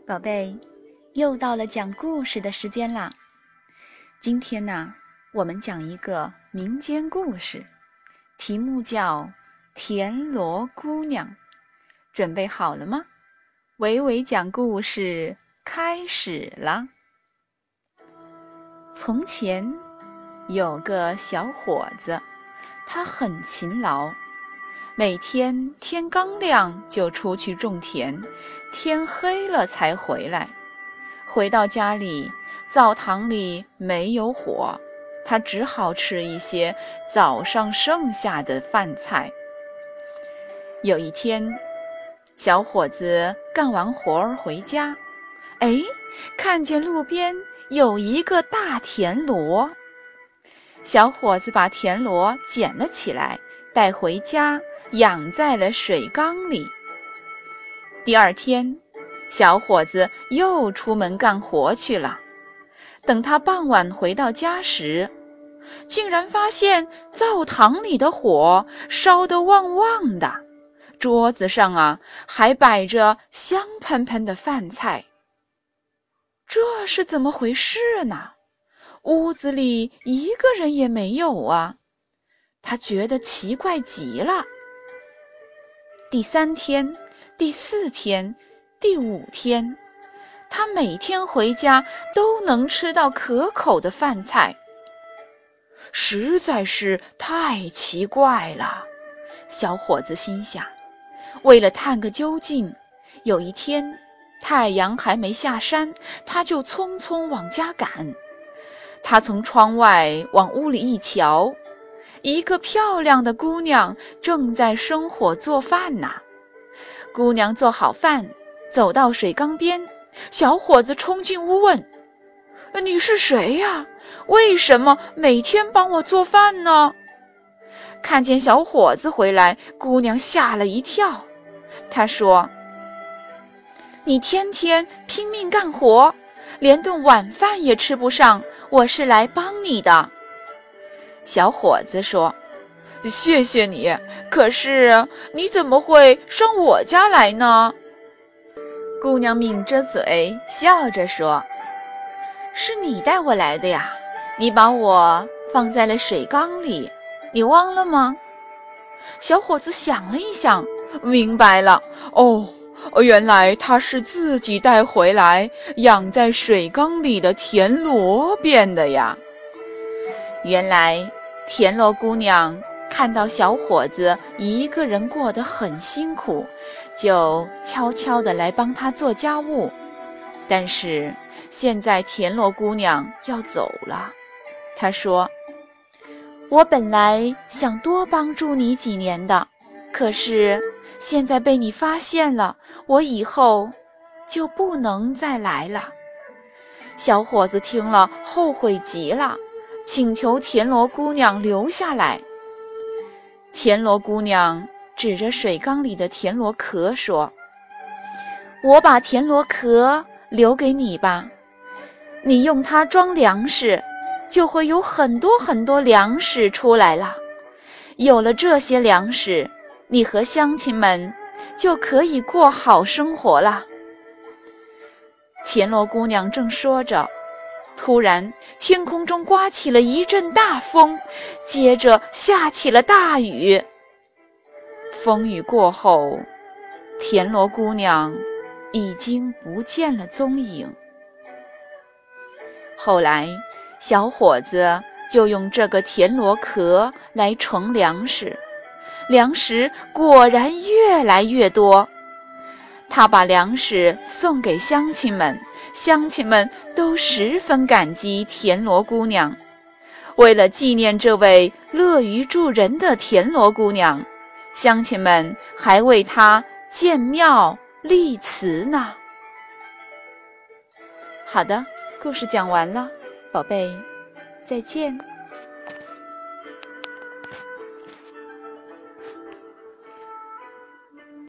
宝贝，又到了讲故事的时间啦。今天呢，我们讲一个民间故事，题目叫《田螺姑娘》。准备好了吗？维维讲故事开始了。从前有个小伙子，他很勤劳，每天天刚亮就出去种田，天黑了才回来。回到家里，灶堂里没有火，他只好吃一些早上剩下的饭菜。有一天，小伙子干完活儿回家，看见路边有一个大田螺。小伙子把田螺捡了起来，带回家养在了水缸里。第二天，小伙子又出门干活去了。等他傍晚回到家时，竟然发现灶堂里的火烧得旺旺的，桌子上还摆着香喷喷的饭菜。这是怎么回事呢？屋子里一个人也没有啊！他觉得奇怪极了。第3天、第4天、第5天，他每天回家都能吃到可口的饭菜，实在是太奇怪了。小伙子心想，为了探个究竟，有一天太阳还没下山，他就匆匆往家赶。他从窗外往屋里一瞧，一个漂亮的姑娘正在生火做饭呢。姑娘做好饭，走到水缸边，小伙子冲进屋问：“你是谁呀？为什么每天帮我做饭呢？”看见小伙子回来，姑娘吓了一跳。她说：“你天天拼命干活，连顿晚饭也吃不上，我是来帮你的。”小伙子说：“谢谢你，可是你怎么会上我家来呢？”姑娘抿着嘴笑着说：“是你带我来的呀，你把我放在了水缸里，你忘了吗？”小伙子想了一想，明白了，原来他是自己带回来养在水缸里的田螺变的呀。原来田螺姑娘看到小伙子一个人过得很辛苦，就悄悄地来帮他做家务。但是现在田螺姑娘要走了，她说：“我本来想多帮助你几年的，可是现在被你发现了，我以后就不能再来了。”小伙子听了后悔极了，请求田螺姑娘留下来。田螺姑娘指着水缸里的田螺壳说：“我把田螺壳留给你吧，你用它装粮食，就会有很多很多粮食出来了。有了这些粮食，你和乡亲们就可以过好生活了。”田螺姑娘正说着，突然天空中刮起了一阵大风，接着下起了大雨。风雨过后，田螺姑娘已经不见了踪影。后来小伙子就用这个田螺壳来盛粮食，粮食果然越来越多。他把粮食送给乡亲们，乡亲们都十分感激田螺姑娘。为了纪念这位乐于助人的田螺姑娘，乡亲们还为她建庙立祠呢。好的，故事讲完了，宝贝，再见。